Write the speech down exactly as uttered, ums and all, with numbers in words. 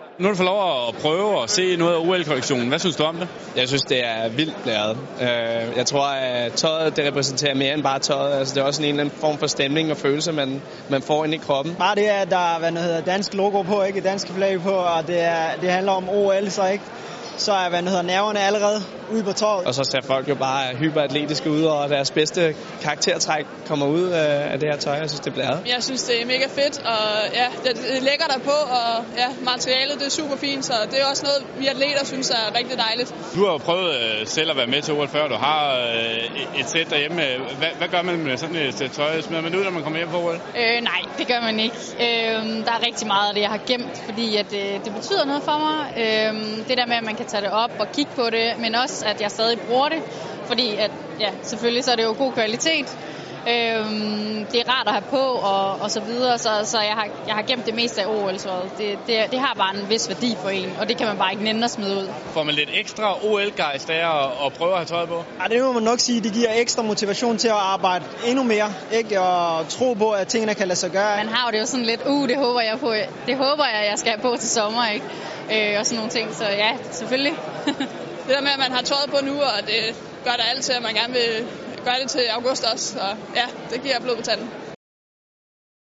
Nu har du fået lov at prøve at se noget af O L-kollektionen. Hvad synes du om det? Jeg synes, det er vildt blæret. Jeg tror, at tøjet det repræsenterer mere end bare tøjet. Altså, det er også en eller anden form for stemning og følelse, man, man får ind i kroppen. Bare det, at der er hvad der hedder, dansk logo på, ikke dansk flag på, og det, er, det handler om O L, så ikke så er hvad der hedder, nerverne allerede ude på tøjet. Og så ser folk jo bare hyperatletiske ud, og deres bedste karaktertræk kommer ud af det her tøj. Jeg synes, det er blæret. Jeg synes, det er mega fedt, og ja, det ligger der på, og ja, materialet det er super fint, så det er også noget, vi atleter synes er rigtig dejligt. Du har jo prøvet selv at være med til O L før. Du har et sæt derhjemme. Hvad, hvad gør man med sådan et sæt tøj? Smider man ud, når man kommer hjem på O L? Øh, nej, det gør man ikke. Øh, der er rigtig meget af det, jeg har gemt, fordi at, øh, det betyder noget for mig. Øh, det der med, at man kan tage det op og kigge på det, men også, at jeg stadig bruger det, fordi at, ja, selvfølgelig så er det jo god kvalitet. Øhm, det er rart at have på, og, og så videre, så, så jeg, har, jeg har gemt det meste af O L-tøjet. Det, det, det har bare en vis værdi for en, og det kan man bare ikke nænde at smide ud. Får man lidt ekstra O L-gejst af at, at prøve at have tøjet på? Ja, det må man nok sige, det giver ekstra motivation til at arbejde endnu mere, ikke? Og tro på, at tingene kan lade sig gøre. Man har jo det jo sådan lidt, uh, det håber jeg på, det håber jeg, jeg skal have på til sommer, ikke? Øh, og sådan nogle ting, så ja, selvfølgelig. Det der med, at man har tøjet på nu, og det gør der alt til, at man gerne vil gøre det til august også, og ja, det giver blod på tanden.